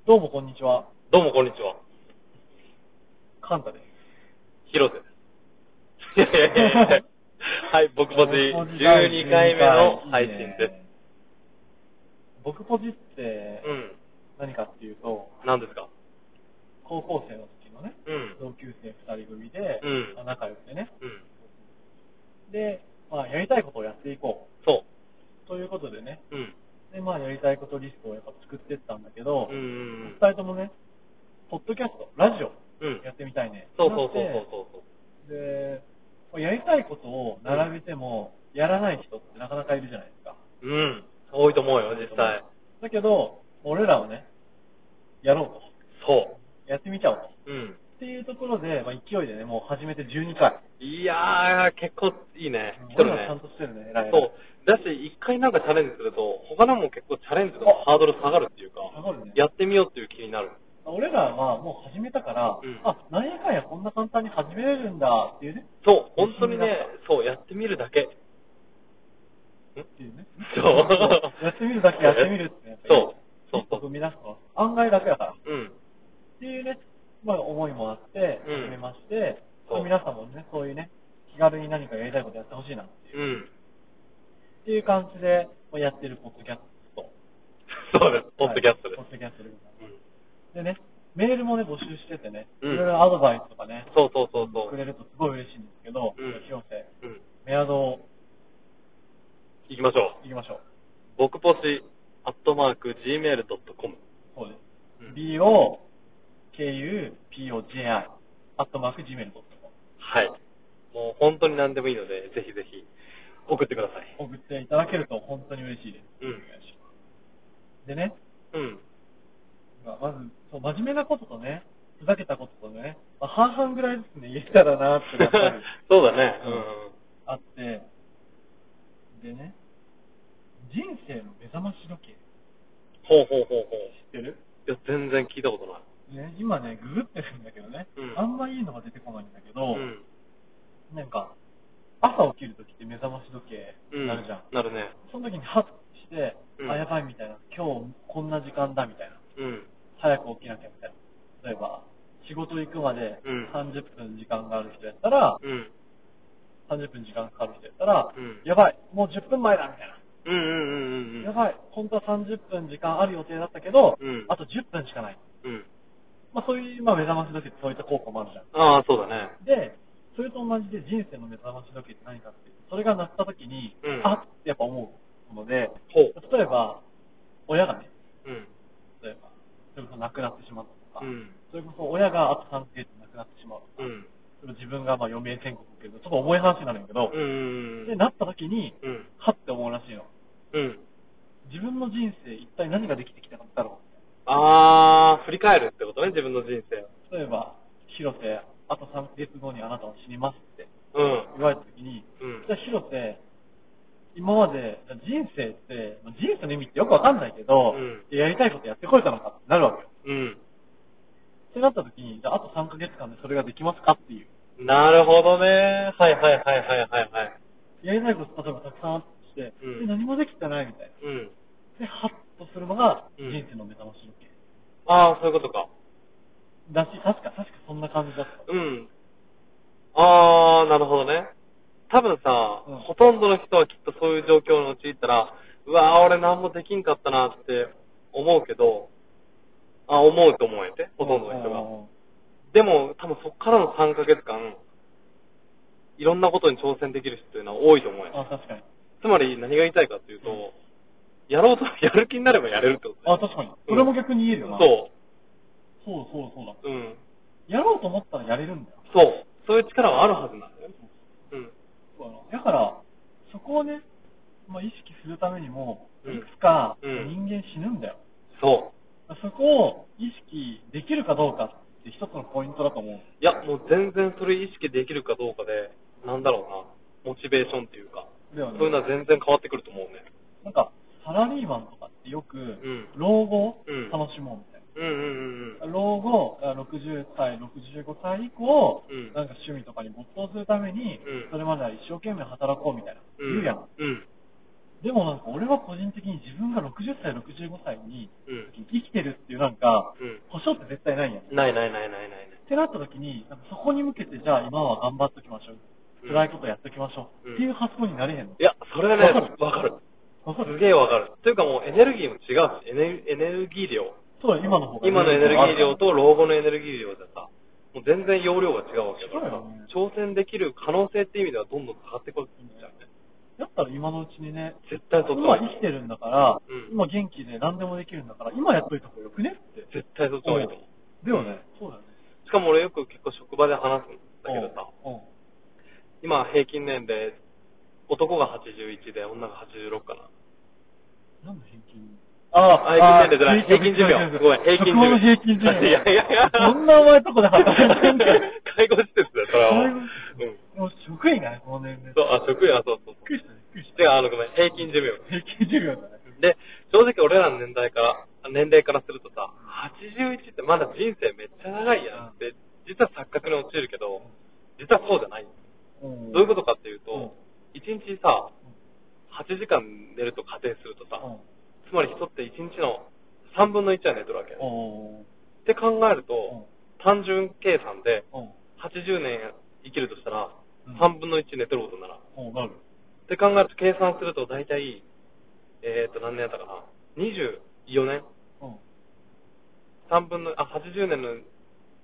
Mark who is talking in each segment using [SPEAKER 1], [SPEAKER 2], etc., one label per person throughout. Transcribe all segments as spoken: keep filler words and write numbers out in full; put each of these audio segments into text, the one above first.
[SPEAKER 1] どうもこんにちは。
[SPEAKER 2] どうもこんにちは。
[SPEAKER 1] カンタです。
[SPEAKER 2] 広瀬です。はい、僕ポジじゅうにかいめの配信です。
[SPEAKER 1] 僕ポジって
[SPEAKER 2] うん。
[SPEAKER 1] 何かっていうと、
[SPEAKER 2] 何ですか？
[SPEAKER 1] 高校生の時のね、
[SPEAKER 2] うん。
[SPEAKER 1] 同級生ふたり組で、
[SPEAKER 2] うん。
[SPEAKER 1] まあ仲良くてね。
[SPEAKER 2] うん。
[SPEAKER 1] で、まあやりたいことをやっていこう。
[SPEAKER 2] そ
[SPEAKER 1] う。ということでね。
[SPEAKER 2] う。うん。
[SPEAKER 1] で、まあやりたいことリストをやっぱ作っていったんだけど、
[SPEAKER 2] うんうんうん。
[SPEAKER 1] ふたりともね、ポッドキャスト、ラジオ、
[SPEAKER 2] うん。
[SPEAKER 1] やってみたいね。
[SPEAKER 2] そうそうそうそうそう。
[SPEAKER 1] で、やりたいことを並べても、やらない人ってなかなかいるじゃないですか。
[SPEAKER 2] うん。多いと思うよ、実際。
[SPEAKER 1] だけど、俺らはね、やろうと。
[SPEAKER 2] そ
[SPEAKER 1] やってみちゃおうと。
[SPEAKER 2] う。うん。
[SPEAKER 1] っていうところで、まあ、勢いでね、もう始めてじゅうにかい。
[SPEAKER 2] いやー、結構いいね。来てるね。
[SPEAKER 1] 俺らちゃんとしてるね、偉い。
[SPEAKER 2] そう。だし、一回なんかチャレンジすると、他のも結構チャレンジのハードル下がるっていうか、
[SPEAKER 1] 下がるね。
[SPEAKER 2] やってみようっていう気になる。
[SPEAKER 1] 俺らはもう始めたから、
[SPEAKER 2] うん、
[SPEAKER 1] あ、なんやかんやこんな簡単に始めれるんだっていうね。
[SPEAKER 2] そう、本当にね、そう、やってみるだけ。
[SPEAKER 1] んっていうね。
[SPEAKER 2] そう。
[SPEAKER 1] やってみるだけやってみるって、ね、
[SPEAKER 2] そう。そうそう。
[SPEAKER 1] 踏み出すと案外楽やから。
[SPEAKER 2] うん。
[SPEAKER 1] っていうね、まあ思いもあって始めまして、
[SPEAKER 2] うん、
[SPEAKER 1] 皆さんもね、そういうね、気軽に何かやりたいことやってほしいなっていう。
[SPEAKER 2] うん。
[SPEAKER 1] っていう感じでやってるポッドキャスト。
[SPEAKER 2] そうです、ポッドキャストです。
[SPEAKER 1] ポッドキャストでございます。でね、メールもね、募集しててね、
[SPEAKER 2] うん、
[SPEAKER 1] いろいろアドバイスとかね、
[SPEAKER 2] そうそうそうそう。
[SPEAKER 1] くれるとすごい嬉しいんですけど、
[SPEAKER 2] うん、
[SPEAKER 1] 広瀬、
[SPEAKER 2] うん、
[SPEAKER 1] メアドを
[SPEAKER 2] 行きましょう。
[SPEAKER 1] 行きましょう。
[SPEAKER 2] 僕ポチ、アットマーク、ジーメールドットコム。
[SPEAKER 1] そうです。
[SPEAKER 2] うん、
[SPEAKER 1] ビーオーケーユーピーオージェーアイ、アットマーク、ジーメールドットコム。
[SPEAKER 2] はい。もう本当に何でもいいので、ぜひぜひ、送ってください。
[SPEAKER 1] 送っていただけると本当に嬉しいです。
[SPEAKER 2] うん。
[SPEAKER 1] お願いします。でね、
[SPEAKER 2] うん。
[SPEAKER 1] まず、そう真面目なこととね、ふざけたこととね、まあ、半々ぐらいずつね、言えたらなってやっぱり。
[SPEAKER 2] そうだね。うん。
[SPEAKER 1] あって、でね、人生の目覚まし時計。
[SPEAKER 2] ほうほうほうほう。
[SPEAKER 1] 知ってる？
[SPEAKER 2] いや、全然聞いたことない。
[SPEAKER 1] ね、今ね、ググってるんだけどね、
[SPEAKER 2] うん、
[SPEAKER 1] あんまいいのが出てこないんだけど、
[SPEAKER 2] うん、
[SPEAKER 1] なんか、朝起きるときって目覚まし時計なるじゃん。
[SPEAKER 2] うん、なるね。
[SPEAKER 1] その時にハッとして、
[SPEAKER 2] うん、
[SPEAKER 1] あ、やばいみたいな、今日こんな時間だみたいな、
[SPEAKER 2] うん、
[SPEAKER 1] 早く起きなきゃみたいな。例えば、仕事行くまで
[SPEAKER 2] うん
[SPEAKER 1] さんじゅっぷん時間がある人やったら、
[SPEAKER 2] うん、
[SPEAKER 1] さんじゅっぷん時間かかる人やったら、
[SPEAKER 2] うん、
[SPEAKER 1] やばい、もうじゅっぷんまえだみたいな。
[SPEAKER 2] うん、うん、うん、うん。
[SPEAKER 1] やばい、本当はさんじゅっぷん時間ある予定だったけど、
[SPEAKER 2] うん、
[SPEAKER 1] あとじゅっぷんしかない。
[SPEAKER 2] うん。
[SPEAKER 1] まあそういう、まあ目覚まし時計ってそういった効果もあるじゃん。
[SPEAKER 2] ああ、そうだね。
[SPEAKER 1] で、それと同じで人生の目覚まし時計って何かっていうと、それが鳴った時に、
[SPEAKER 2] うん、
[SPEAKER 1] あってやっぱ思うので、
[SPEAKER 2] ほう。
[SPEAKER 1] 例えば、親がね、
[SPEAKER 2] うん、
[SPEAKER 1] 例えば、それこそ亡くなってしまったとか、
[SPEAKER 2] うん、
[SPEAKER 1] それこそ親があとさんかげつ亡くなってしまうとか、
[SPEAKER 2] うん、
[SPEAKER 1] 自分がまあ余命宣告受けると、ちょっと重い話になるんだけど、
[SPEAKER 2] うん、
[SPEAKER 1] で、なった時に、
[SPEAKER 2] うん、
[SPEAKER 1] はって思うらしいの。
[SPEAKER 2] うん。
[SPEAKER 1] 自分の人生一体何ができてきたかだろう。
[SPEAKER 2] ああ、振り返るってことね、自分の人生。
[SPEAKER 1] 例えば、広瀬、あとさんかげつごにあなたは死にますって
[SPEAKER 2] うん、
[SPEAKER 1] 言われた時に、
[SPEAKER 2] うん、
[SPEAKER 1] じゃあ広瀬、今まで人生って、人生の意味ってよくわかんないけど、
[SPEAKER 2] うん、
[SPEAKER 1] やりたいことやってこれたのかってなるわけよ。
[SPEAKER 2] うん。
[SPEAKER 1] ってなった時に、じゃああとさんかげつかんでそれができますかっていう。
[SPEAKER 2] なるほどね。はいはいはいはいはいはい。
[SPEAKER 1] やりたいこと例えばたくさんあって、
[SPEAKER 2] うん、
[SPEAKER 1] で何もできてないみたいな。
[SPEAKER 2] うん。
[SPEAKER 1] で、ハッとするのが
[SPEAKER 2] うん
[SPEAKER 1] 人生の目覚まし時計。
[SPEAKER 2] ああ、そういうことか。
[SPEAKER 1] だし、確か、確かそんな感じだった。
[SPEAKER 2] うん。ああ、なるほどね。多分さ、
[SPEAKER 1] うん
[SPEAKER 2] ほとんどの人はきっとそういう状況に陥ったら、うわー俺何もできんかったなって思うけど、あ、思うと思うんやて、ほとんどの人が。でも、多分そっからのさんかげつかん、いろんなことに挑戦できる人っていうのは多いと思うんやて。
[SPEAKER 1] あ、確かに。
[SPEAKER 2] つまり何が言いたいかっていうと、やろうと、やる気になればやれるってことだよ。
[SPEAKER 1] あ、確かに。それも逆に言えるよな。
[SPEAKER 2] そ
[SPEAKER 1] そうそうそうだ。
[SPEAKER 2] う。うん。
[SPEAKER 1] やろうと思ったらやれるんだよ。
[SPEAKER 2] そう。そういう力はあるはずなんだよ。うん。
[SPEAKER 1] そうだな。だから、そこをね、まあ、意識するためにも、
[SPEAKER 2] うん
[SPEAKER 1] いつか
[SPEAKER 2] うん
[SPEAKER 1] 人間死ぬんだよ。
[SPEAKER 2] そう。
[SPEAKER 1] そこを意識できるかどうかって一つのポイントだと思う。
[SPEAKER 2] いや、もう全然それ意識できるかどうかで、なんだろうな、モチベーションっていうか、
[SPEAKER 1] だよね。
[SPEAKER 2] そういうのは全然変わってくると思うね。
[SPEAKER 1] なんか、サラリーマンとかってよく、
[SPEAKER 2] ん
[SPEAKER 1] 老後を
[SPEAKER 2] うん
[SPEAKER 1] 楽しもうみたいな。
[SPEAKER 2] うんうんうん
[SPEAKER 1] 老後、ろくじゅっさい、ろくじゅうごさい以降、
[SPEAKER 2] うん
[SPEAKER 1] なんか趣味とかに没頭するために、
[SPEAKER 2] うん
[SPEAKER 1] それまでは一生懸命働こうみたいな。
[SPEAKER 2] うん。
[SPEAKER 1] 言うやん。
[SPEAKER 2] うん。
[SPEAKER 1] でもなんか俺は個人的に自分がろくじゅっさい、ろくじゅうごさいに
[SPEAKER 2] うん
[SPEAKER 1] 生きてるっていうなんか、
[SPEAKER 2] うん。
[SPEAKER 1] 保証って絶対ないやん。
[SPEAKER 2] ないないないないないない。
[SPEAKER 1] ってなった時に、なんかそこに向けて、じゃあ今は頑張っときましょう。辛いことやっときましょう。
[SPEAKER 2] うん
[SPEAKER 1] っていう発想になれへんの。
[SPEAKER 2] いや、それはね、
[SPEAKER 1] わかる
[SPEAKER 2] わかる。
[SPEAKER 1] わかる
[SPEAKER 2] すげえわかる。というかもうエネルギーも違うし、エネエネルギー量。
[SPEAKER 1] そうだ、今の方が。
[SPEAKER 2] 今のエネルギー量と老後のエネルギー量じゃさ、もう全然容量が違うわけだからさ、
[SPEAKER 1] そうよね
[SPEAKER 2] 挑戦できる可能性っていう意味ではどんどん変わってこいじゃんね。
[SPEAKER 1] だったら今のうちにね、
[SPEAKER 2] 絶対そっちの
[SPEAKER 1] 今
[SPEAKER 2] 方がいい
[SPEAKER 1] 生きてるんだから、
[SPEAKER 2] うん
[SPEAKER 1] 今元気で何でもできるんだから、今やっといた方がよくねって。
[SPEAKER 2] 絶対そっちの方がいいと思う。
[SPEAKER 1] だよね。そうだよね。
[SPEAKER 2] しかも俺よく結構職場で話すんだけどさ、
[SPEAKER 1] うんうん
[SPEAKER 2] 今平均年齢、男がはちじゅういちで女がはちじゅうろくかな。
[SPEAKER 1] 何の平均あ
[SPEAKER 2] あ、平均年齢じゃない。平均寿命。すごい、平均寿命。
[SPEAKER 1] 平均寿命。
[SPEAKER 2] いやいやいや。
[SPEAKER 1] そんなお前とこで働いてんだよ。
[SPEAKER 2] 介護施設だよ、それはもう。うん。
[SPEAKER 1] もう職員がね、この年齢。
[SPEAKER 2] そう、あ、職員、あ、そうそうそう。
[SPEAKER 1] びっくりした、びっくりした。
[SPEAKER 2] 違う、あの、ごめん、平均寿命。
[SPEAKER 1] 平均寿命だね。
[SPEAKER 2] で、正直俺らの年代から、年齢からするとさ、はちじゅういちってまだ人生めっちゃ長いやんって、実は錯覚に陥るけど、実はそうじゃない。
[SPEAKER 1] うん
[SPEAKER 2] どういうことかっていうと、
[SPEAKER 1] うん
[SPEAKER 2] いちにちさ、はちじかん寝ると仮定するとさ、
[SPEAKER 1] うん
[SPEAKER 2] つまり人っていちにちのさんぶんのいちは寝てるわけ。っ
[SPEAKER 1] うん
[SPEAKER 2] て考えると、単純計算で
[SPEAKER 1] うん
[SPEAKER 2] はちじゅうねん生きるとしたら
[SPEAKER 1] うん
[SPEAKER 2] さんぶんのいち寝てることにならん。っ
[SPEAKER 1] うんなる。
[SPEAKER 2] て考えると計算すると大体、えーっと何年やったかな、にじゅうよねん、
[SPEAKER 1] うん
[SPEAKER 2] さんぶんの、あ、はちじゅうねんの何 ?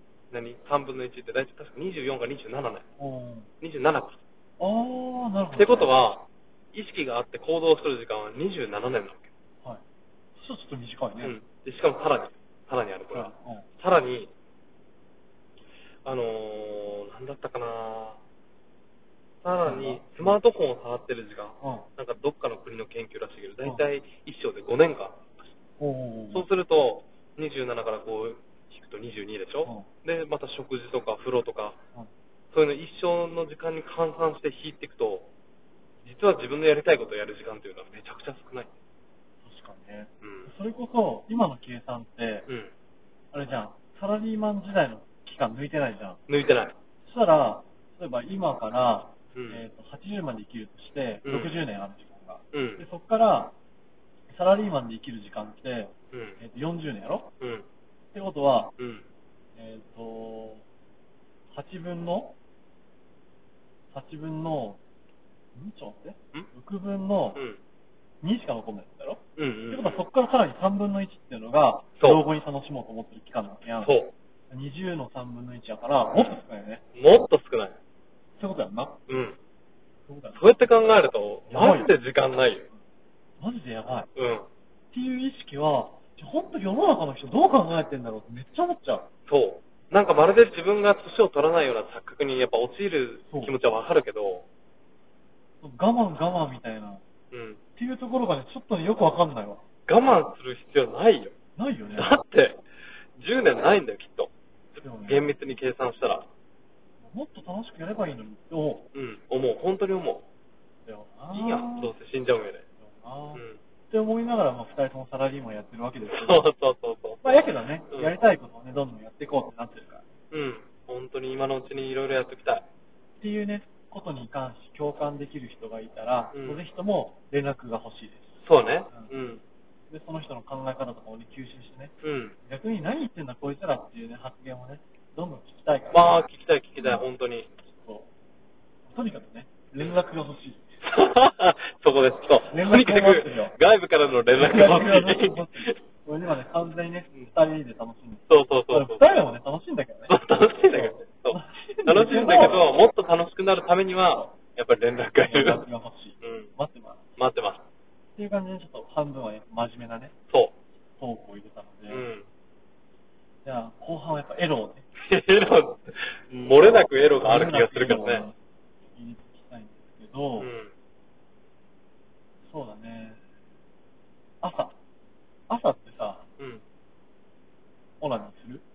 [SPEAKER 2] さんぶんのいちって大体確かにじゅうよんかにじゅうななねん。
[SPEAKER 1] うん
[SPEAKER 2] にじゅうななか。
[SPEAKER 1] ああ、なるほど。
[SPEAKER 2] ってことは、意識があって行動する時間はにじゅうななねんなわけ。
[SPEAKER 1] はい。ちょっと短いね。
[SPEAKER 2] うん。で、しかもさらに、さらにあるこれ。
[SPEAKER 1] うん
[SPEAKER 2] さらに、あのー、なんだったかなさらに、スマートフォンを触ってる時間。
[SPEAKER 1] うん
[SPEAKER 2] なんかどっかの国の研究らしいけど、大体一生でごねんかん。
[SPEAKER 1] おー
[SPEAKER 2] そうすると、にじゅうななからこう、引くとにじゅうにでしょ、で、また食事とか風呂とか、
[SPEAKER 1] うん
[SPEAKER 2] そういうの一生の時間に換算して引いていくと、実は自分のやりたいことをやる時間というのはめちゃくちゃ少ない。
[SPEAKER 1] 確かにね。
[SPEAKER 2] うん。
[SPEAKER 1] それこそ、今の計算って、
[SPEAKER 2] うん。
[SPEAKER 1] あれじゃん、サラリーマン時代の期間抜いてないじゃん。
[SPEAKER 2] 抜いてない。
[SPEAKER 1] そしたら、例えば今から、
[SPEAKER 2] うん
[SPEAKER 1] えーとはちじゅうまで生きるとして、
[SPEAKER 2] うん
[SPEAKER 1] ろくじゅうねんある時間が。
[SPEAKER 2] うん
[SPEAKER 1] でそこから、サラリーマンで生きる時間って、
[SPEAKER 2] うん。
[SPEAKER 1] えーとよんじゅうねんやろ
[SPEAKER 2] うん。
[SPEAKER 1] ってことは、
[SPEAKER 2] うん。
[SPEAKER 1] えっ、と、はちぶんの、はちぶんの、んちょっと待って。
[SPEAKER 2] ん
[SPEAKER 1] ろくぶんの
[SPEAKER 2] うん。
[SPEAKER 1] にしか残んないんだろ、
[SPEAKER 2] うん。
[SPEAKER 1] ってことはそこからさらにさんぶんのいちっていうのが、
[SPEAKER 2] そう
[SPEAKER 1] 老後に楽しもうと思ってる期間なわけやん。
[SPEAKER 2] そ
[SPEAKER 1] にじゅうのさんぶんのいちやから、もっと少ないよね。
[SPEAKER 2] う。もっと少ない。
[SPEAKER 1] そういうことやんな。
[SPEAKER 2] うん。
[SPEAKER 1] そういうことやんな
[SPEAKER 2] そうやって考えると、
[SPEAKER 1] やばい
[SPEAKER 2] マジで時間ないよ。
[SPEAKER 1] マジでやばい。っ
[SPEAKER 2] うん。
[SPEAKER 1] ていう意識は、本当世の中の人どう考えてんだろうってめっちゃ思っちゃう。
[SPEAKER 2] そう。なんかまるで自分が年を取らないような錯覚にやっぱ陥る気持ちはわかるけど、
[SPEAKER 1] 我慢我慢みたいな。っ
[SPEAKER 2] うん。
[SPEAKER 1] ていうところがね、ちょっとね、よくわかんないわ。
[SPEAKER 2] 我慢する必要ないよ。
[SPEAKER 1] ないよね。
[SPEAKER 2] だって、じゅうねんないんだよ、きっと。
[SPEAKER 1] でもね
[SPEAKER 2] 厳密に計算したら。
[SPEAKER 1] もっと楽しくやればいいのにって思う。
[SPEAKER 2] うん。思う。本当に思
[SPEAKER 1] だよ
[SPEAKER 2] う。
[SPEAKER 1] ない
[SPEAKER 2] いやん、どうせ死んじゃう上で。
[SPEAKER 1] だよな、
[SPEAKER 2] うん。
[SPEAKER 1] って思いながら、まあ、二人ともサラリーマンやってるわけですけ
[SPEAKER 2] そ
[SPEAKER 1] ど。
[SPEAKER 2] うそうそうそう。
[SPEAKER 1] まあ、やけどね、
[SPEAKER 2] うん
[SPEAKER 1] やりたいことをね、どんどんやっていこうってなってるから。
[SPEAKER 2] うん。本当に今のうちにいろいろやっときたい。
[SPEAKER 1] っていうね、ことに関し共感できる人がいたら、
[SPEAKER 2] うん
[SPEAKER 1] ぜひとも連絡が欲しいです。
[SPEAKER 2] そうね。
[SPEAKER 1] う
[SPEAKER 2] うん。
[SPEAKER 1] で、その人の考え方とかをね、吸収してね、
[SPEAKER 2] うん。
[SPEAKER 1] 逆に何言ってんだこいつらっていうね、発言をね、どんどん聞きたいから、
[SPEAKER 2] まあ、聞きたい聞きたい、本当に。
[SPEAKER 1] そうとにかくね、連絡が欲しい。
[SPEAKER 2] そこです。そう。
[SPEAKER 1] 連絡
[SPEAKER 2] とにかく
[SPEAKER 1] が欲しいよ、
[SPEAKER 2] 外部からの連絡が欲しい。
[SPEAKER 1] 俺今ね、完全にね、二人で楽しんでる。
[SPEAKER 2] そうそうそうそう。
[SPEAKER 1] 二人でもね、楽しいんだけどね。
[SPEAKER 2] そう楽しいんだけどね。そう。楽しいんだけど、もっと楽しくなるためには、やっぱり連絡がいる。
[SPEAKER 1] 連絡が欲しい。
[SPEAKER 2] うん。
[SPEAKER 1] 待ってます。
[SPEAKER 2] 待ってます。
[SPEAKER 1] っていう感じで、ちょっと半分はね、真面目なね、
[SPEAKER 2] そ
[SPEAKER 1] トークを入れたの
[SPEAKER 2] う。
[SPEAKER 1] で、
[SPEAKER 2] うん。
[SPEAKER 1] じゃあ、後半はやっぱエロをね、
[SPEAKER 2] エロ、漏れなくエロがある気がするからね。
[SPEAKER 1] 入れていきたいんですけど、
[SPEAKER 2] うん。
[SPEAKER 1] そうだね。朝。朝ってさ、
[SPEAKER 2] うん。
[SPEAKER 1] オナニーする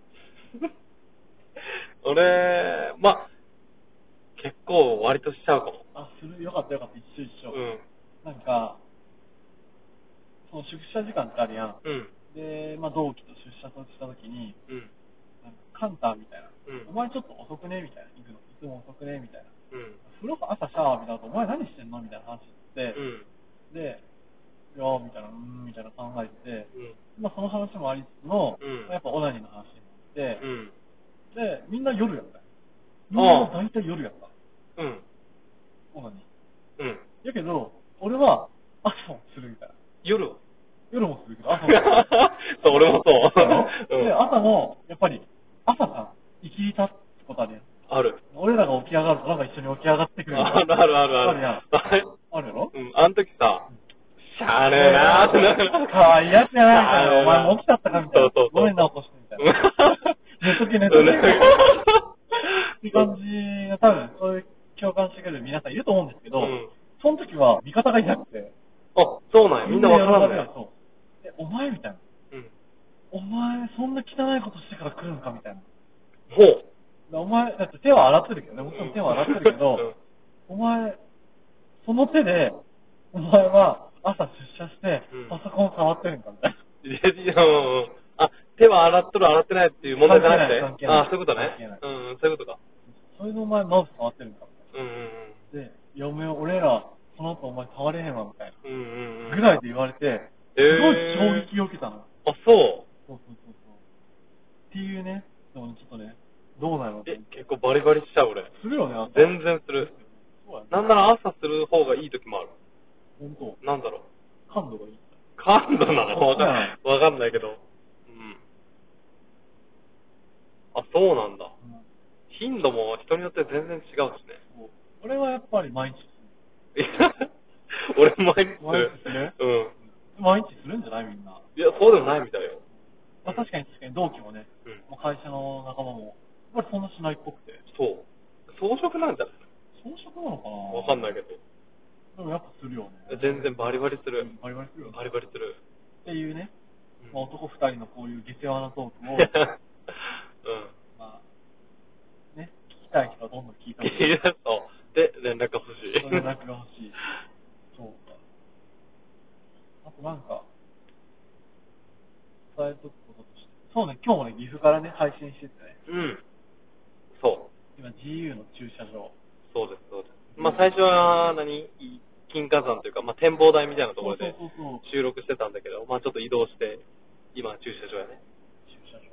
[SPEAKER 2] 俺、まあ、結構割としちゃうかも。
[SPEAKER 1] あ、するよかったよかった、一緒一緒。
[SPEAKER 2] うん。
[SPEAKER 1] なんか、その出社時間ってあるやん。
[SPEAKER 2] うん。
[SPEAKER 1] で、まあ同期と出社した時に、
[SPEAKER 2] うん。
[SPEAKER 1] なんかカンタみたいな、
[SPEAKER 2] うん
[SPEAKER 1] お前ちょっと遅くねみたいな。行くの。いつも遅くねみたいな。
[SPEAKER 2] うん。
[SPEAKER 1] 風呂朝シャワー浴びた後、お前何してんのみたいな話して、
[SPEAKER 2] うん。
[SPEAKER 1] で、 いやーみたいな、うーん、みたいな考えてて、
[SPEAKER 2] うん。
[SPEAKER 1] まあその話もありつつの、
[SPEAKER 2] うん
[SPEAKER 1] やっぱオナニーの話になって
[SPEAKER 2] う、ん。
[SPEAKER 1] で、みんな夜やったよ。みんな大体夜やった。
[SPEAKER 2] うん。
[SPEAKER 1] オナニ
[SPEAKER 2] うん。
[SPEAKER 1] ー。やけど、俺は朝もするみたいな。
[SPEAKER 2] 夜は
[SPEAKER 1] 夜もするけど、朝もする。
[SPEAKER 2] そう、俺もそう。
[SPEAKER 1] だろ
[SPEAKER 2] うん
[SPEAKER 1] で、朝も、やっぱり、朝さ、生き立つことあるやん。
[SPEAKER 2] ある。
[SPEAKER 1] 俺らが起き上がるとなんか一緒に起き上がってくるみたいな。
[SPEAKER 2] あるあるあるある。
[SPEAKER 1] あるやん。あるやろ
[SPEAKER 2] うん、あの時さ、しゃあねえなーってなる。
[SPEAKER 1] かわいいやつやな、みたいな。お前も起きちゃったかみたいな。
[SPEAKER 2] そうそうそう
[SPEAKER 1] ごめんな、起こしてみたいな。寝とけ寝とけ。っていう感じが多分、そういう共感してくれる皆さんいると思うんですけど、
[SPEAKER 2] うん
[SPEAKER 1] その時は味方がいなくて。
[SPEAKER 2] あ、そうなんや。みんなわからんね。
[SPEAKER 1] そう。え、お前みたいな。
[SPEAKER 2] うん。
[SPEAKER 1] お前、そんな汚いことしてから来るのかみたいな。
[SPEAKER 2] ほう。
[SPEAKER 1] お前、だって手は洗ってるけどね、もちろん手は洗ってるけど、お前、その手で、お前は朝出社して
[SPEAKER 2] うん、
[SPEAKER 1] パソコン触ってるんかみたいな。
[SPEAKER 2] いやいやうんあ、手は洗っとる洗ってないっていう問題じゃなくて
[SPEAKER 1] 関係ない
[SPEAKER 2] あ、そういうことね
[SPEAKER 1] 関係ない。
[SPEAKER 2] うん、そういうことか。
[SPEAKER 1] それでお前マウス触ってるんかみたい
[SPEAKER 2] うんうんうん。
[SPEAKER 1] な。で、いやお前、俺ら、その後お前触れへんわみたいな。
[SPEAKER 2] うんうんうん。
[SPEAKER 1] ぐらいで言われて、すごい衝撃を受けたの。
[SPEAKER 2] あ、そう。
[SPEAKER 1] そうそうそうそう。っていうね、でもちょっとね、どうなの
[SPEAKER 2] え、結構バリバリしちゃう俺。
[SPEAKER 1] するよね、朝。
[SPEAKER 2] 全然する。
[SPEAKER 1] そうやね。
[SPEAKER 2] なんなら朝する方がいい時もある。
[SPEAKER 1] ほんと。
[SPEAKER 2] なんだろう。
[SPEAKER 1] 感度がいい。
[SPEAKER 2] 感度なのわかんない。わかんないけど。うん。あ、そうなんだ。
[SPEAKER 1] うん
[SPEAKER 2] 頻度も人によって全然違うしね。
[SPEAKER 1] そう俺はやっぱり毎日す
[SPEAKER 2] いや、俺毎日する。
[SPEAKER 1] 毎日する
[SPEAKER 2] うん。
[SPEAKER 1] る。毎日するんじゃないみんな。
[SPEAKER 2] いや、そうでもないみたいよ。
[SPEAKER 1] まあ確かに確かに同期もね、
[SPEAKER 2] うん。
[SPEAKER 1] もう会社の仲間も、やっぱりそんなしないっぽくて。
[SPEAKER 2] そう。装飾なんじゃない
[SPEAKER 1] 装飾なのかな
[SPEAKER 2] わかんないけど。
[SPEAKER 1] でもやっぱするよね。
[SPEAKER 2] 全然バリバリする。
[SPEAKER 1] バリバリするよね。
[SPEAKER 2] バリバリする。
[SPEAKER 1] っていうね、
[SPEAKER 2] うん
[SPEAKER 1] まあ、男二人のこういう下世話なトークを、
[SPEAKER 2] うん。
[SPEAKER 1] まあ、ね、聞きたい人はどんどん聞いてほしい。
[SPEAKER 2] いや、そう。で、連絡欲しい。
[SPEAKER 1] 連絡が欲しい。そうか。あとなんか、伝えとくこととして。そうね、今日もね、岐阜からね、配信しててね、
[SPEAKER 2] うん。そう。
[SPEAKER 1] 今 ジーユー の駐車場。
[SPEAKER 2] そうです、そうです。まあ最初は何、金華山というか、まあ展望台みたいなところで
[SPEAKER 1] そうそうそうそう
[SPEAKER 2] 収録してたんだけど、まあちょっと移動して、今駐車場やね。
[SPEAKER 1] 駐車場。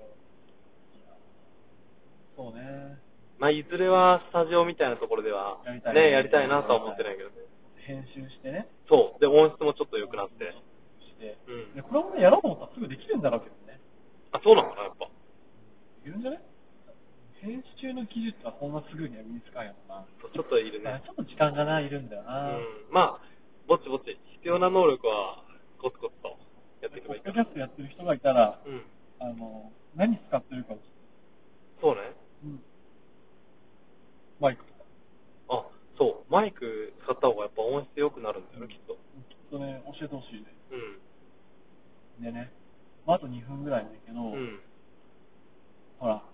[SPEAKER 1] そうね。
[SPEAKER 2] まあいずれはスタジオみたいなところでは、
[SPEAKER 1] やりたい
[SPEAKER 2] ね、やりたいなとは思ってないけどね。
[SPEAKER 1] 編集してね。
[SPEAKER 2] そう。で、音質もちょっと良くなって。
[SPEAKER 1] して。
[SPEAKER 2] うん
[SPEAKER 1] でこれもね、やろうと思ったらすぐできるんだろうけどね。
[SPEAKER 2] あ、そうなのかな、やっぱ。
[SPEAKER 1] いけるんじゃね編集の技術はこんなすぐには身につかんやろな。
[SPEAKER 2] そうちょっといるね。
[SPEAKER 1] ちょっと時間がないるんだよ
[SPEAKER 2] う
[SPEAKER 1] な。
[SPEAKER 2] ん。まあ、ぼちぼち、必要な能力はコツコツとやっていけ
[SPEAKER 1] ポッ
[SPEAKER 2] ばいいかな。
[SPEAKER 1] ドキャストやってる人がいたら、
[SPEAKER 2] うん。
[SPEAKER 1] あの、何使ってるかを、
[SPEAKER 2] そうね。
[SPEAKER 1] うん、マイクとか。
[SPEAKER 2] あ、そう。マイク使った方がやっぱ音質良くなるんだよね、きっと。
[SPEAKER 1] きっとね、教えてほしいね。
[SPEAKER 2] うん。
[SPEAKER 1] でね、まあ、あとにふんぐらいだけど、
[SPEAKER 2] うん。
[SPEAKER 1] ほら、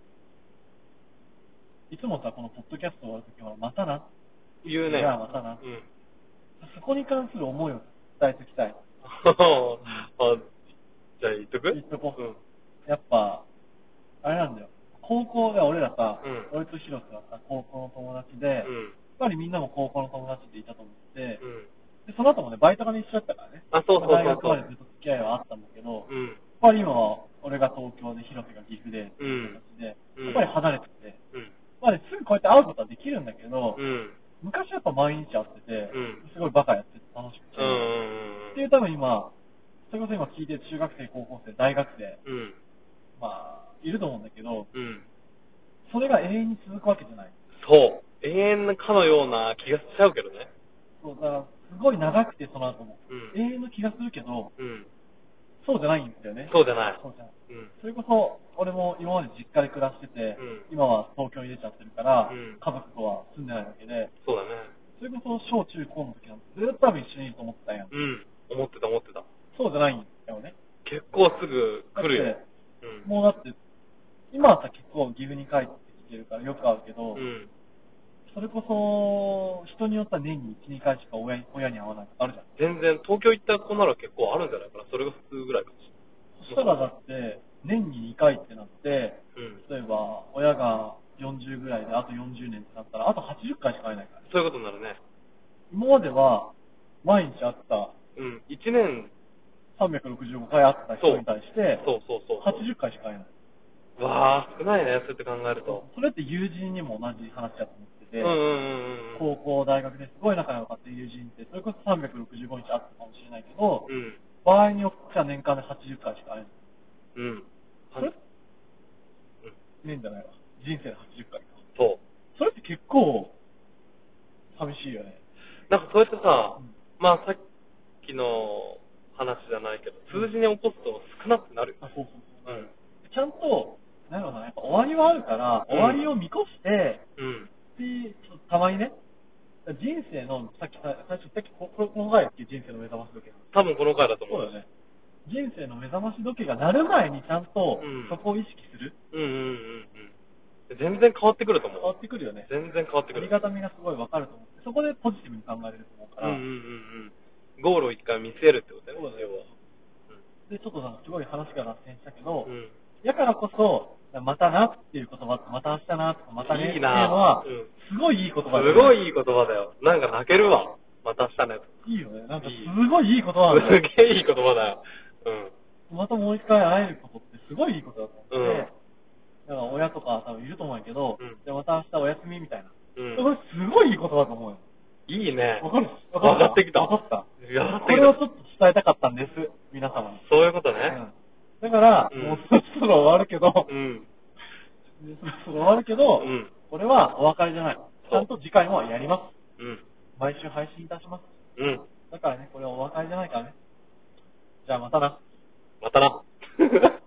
[SPEAKER 1] いつもさ、このポッドキャスト終わるときは、またな。
[SPEAKER 2] 言うね。
[SPEAKER 1] じゃあまたな。
[SPEAKER 2] うん。
[SPEAKER 1] そこに関する思いを伝えておきたい。
[SPEAKER 2] あ、じゃあ言っとく
[SPEAKER 1] 言っとこう
[SPEAKER 2] うん。
[SPEAKER 1] やっぱ、あれなんだよ。高校で俺らさ、
[SPEAKER 2] うん
[SPEAKER 1] 俺とヒロスはさ、高校の友達で、やっ
[SPEAKER 2] うん。
[SPEAKER 1] ぱりみんなも高校の友達でいたと思って、
[SPEAKER 2] うん。
[SPEAKER 1] で、その後もね、バイトがね一緒だったからね。
[SPEAKER 2] あ、そうそうそうそう
[SPEAKER 1] 大学までずっと付き合いはあったんだけど、
[SPEAKER 2] うん。
[SPEAKER 1] やっぱり今は俺が東京で、ヒロスが岐阜で、って
[SPEAKER 2] うん
[SPEAKER 1] いう形で、
[SPEAKER 2] うん
[SPEAKER 1] やっぱり離れてて、
[SPEAKER 2] うん。
[SPEAKER 1] まあね、すぐこうやって会うことはできるんだけど、
[SPEAKER 2] うん。
[SPEAKER 1] 昔やっぱ毎日会ってて、
[SPEAKER 2] うん
[SPEAKER 1] すごいバカやってて楽しくて、
[SPEAKER 2] うん。
[SPEAKER 1] っていう多分今、それこそ今聞いてる中学生、高校生、大学生、
[SPEAKER 2] うん。
[SPEAKER 1] まあ、いると思うんだけど、
[SPEAKER 2] うん。
[SPEAKER 1] それが永遠に続くわけじゃない。
[SPEAKER 2] そう。永遠かのような気がしちゃうけどね。
[SPEAKER 1] そう、だから、すごい長くてその後も、
[SPEAKER 2] うん
[SPEAKER 1] 永遠の気がするけど、
[SPEAKER 2] うん。
[SPEAKER 1] そうじゃないんだよね。
[SPEAKER 2] そうじゃない。
[SPEAKER 1] そうじゃない。
[SPEAKER 2] うん。
[SPEAKER 1] それこそ、俺も今まで実家で暮らしてて、
[SPEAKER 2] うん
[SPEAKER 1] 今は東京に出ちゃってるから、
[SPEAKER 2] うん
[SPEAKER 1] 家族とは住んでないわけで、
[SPEAKER 2] そうだね。
[SPEAKER 1] それこそ小中高の時なんてずっと多分一緒にいると思ってたやん。
[SPEAKER 2] うん。思ってた思ってた。
[SPEAKER 1] そうじゃないんだよね。
[SPEAKER 2] 結構すぐ来るよ
[SPEAKER 1] だっ。て
[SPEAKER 2] うん。
[SPEAKER 1] もうだって、今はさ、結構岐阜に帰ってきてるからよく会うけど、
[SPEAKER 2] うん。
[SPEAKER 1] それこそ、人によっては年にいち、にかいしか親に親に会わないとかあるじゃん。
[SPEAKER 2] 全然、東京行った子なら結構あるんじゃないかな。それが普通ぐらいかもし
[SPEAKER 1] そしたらだって、年ににかいってなって、
[SPEAKER 2] れない。
[SPEAKER 1] 例えば、親がよんじゅうぐらいで、あとよんじゅうねんってなったら、あとはちじゅっかいしか会えないから。
[SPEAKER 2] うん。そういうことになるね。
[SPEAKER 1] 今までは、毎日会った、
[SPEAKER 2] うん。いちちねん、
[SPEAKER 1] さんびゃくろくじゅうごかい会った人に対して、
[SPEAKER 2] そうそうそう。
[SPEAKER 1] はちじゅっかいしか会えない。
[SPEAKER 2] わー、少ないね、そうやって考えると。
[SPEAKER 1] それって友人にも同じ話だと思ってて、
[SPEAKER 2] うんうんうんうん。
[SPEAKER 1] 高校、大学ですごい仲良かった友人って、それこそさんびゃくろくじゅうごにち会ったかもしれないけど、
[SPEAKER 2] うん。
[SPEAKER 1] 場合によっては年間ではちじゅっかいしか会えない。
[SPEAKER 2] うん。
[SPEAKER 1] それ、
[SPEAKER 2] うん。
[SPEAKER 1] ねえんじゃないわ。人生ではちじゅっかいか。
[SPEAKER 2] そう。
[SPEAKER 1] それって結構、寂しいよね。
[SPEAKER 2] なんかそうやってさ、
[SPEAKER 1] うん、
[SPEAKER 2] まあさっきの話じゃないけど、数字に起こすと少なくなる。
[SPEAKER 1] あ、そうそうそう。
[SPEAKER 2] うん。
[SPEAKER 1] ちゃんと、なんだろうな、やっぱ終わりはあるから、
[SPEAKER 2] うん
[SPEAKER 1] 終わりを見越して、
[SPEAKER 2] うん。
[SPEAKER 1] で、ちょっとたまにね、人生の、さっきさ、最初、さっきこ、ここの回だっけ、人生の目覚まし時計。
[SPEAKER 2] 多分この回だと思う。
[SPEAKER 1] そうだよね。人生の目覚まし時計が鳴る前にちゃんと
[SPEAKER 2] うん
[SPEAKER 1] そこを意識する。
[SPEAKER 2] うんうんうんうん。全然変わってくると思う。
[SPEAKER 1] 変わってくるよね。
[SPEAKER 2] 全然変わってくる。
[SPEAKER 1] ありがたみがすごいわかると思う。そこでポジティブに考えれると思うから。
[SPEAKER 2] うんうんうんうん。ゴールを一回見据えるってことだよね、
[SPEAKER 1] そうだよ
[SPEAKER 2] 要は。
[SPEAKER 1] で、ちょっとなんかすごい話が脱線したけど、
[SPEAKER 2] うん。
[SPEAKER 1] だからこそ、またなっていう言葉と、また明日なとか、またねっていうの
[SPEAKER 2] いいな
[SPEAKER 1] は、
[SPEAKER 2] うん
[SPEAKER 1] すごいいい言葉だ
[SPEAKER 2] す
[SPEAKER 1] よね。
[SPEAKER 2] ごいいい言葉だよ。なんか泣けるわ。また明日ね。
[SPEAKER 1] いいよね。なんかすごいいい言葉なんだよ。
[SPEAKER 2] すげえいい言葉だよ。
[SPEAKER 1] またもう一回会えることってすごいいいことだと思って、
[SPEAKER 2] うん
[SPEAKER 1] だから親とか多分いると思うんやけど、
[SPEAKER 2] うん
[SPEAKER 1] じゃあまた明日お休みみたいな。
[SPEAKER 2] うん。
[SPEAKER 1] こ
[SPEAKER 2] うん。
[SPEAKER 1] れすごいいい言葉だと思うよ。
[SPEAKER 2] いいね。
[SPEAKER 1] わかる
[SPEAKER 2] わかってきた。
[SPEAKER 1] わかった
[SPEAKER 2] わかってきた。
[SPEAKER 1] これをちょっと伝えたかったんです。皆様に。
[SPEAKER 2] そういうことね。
[SPEAKER 1] うん。だから、
[SPEAKER 2] うん
[SPEAKER 1] もうそろそろ終わるけど、
[SPEAKER 2] うん。
[SPEAKER 1] そろそろ終わるけど、
[SPEAKER 2] うん
[SPEAKER 1] これはお別れじゃない。ちゃんと次回もやります。
[SPEAKER 2] うん。
[SPEAKER 1] 毎週配信いたします。
[SPEAKER 2] うん。
[SPEAKER 1] だからね、これはお別れじゃないからね。じゃあまたな。
[SPEAKER 2] またな。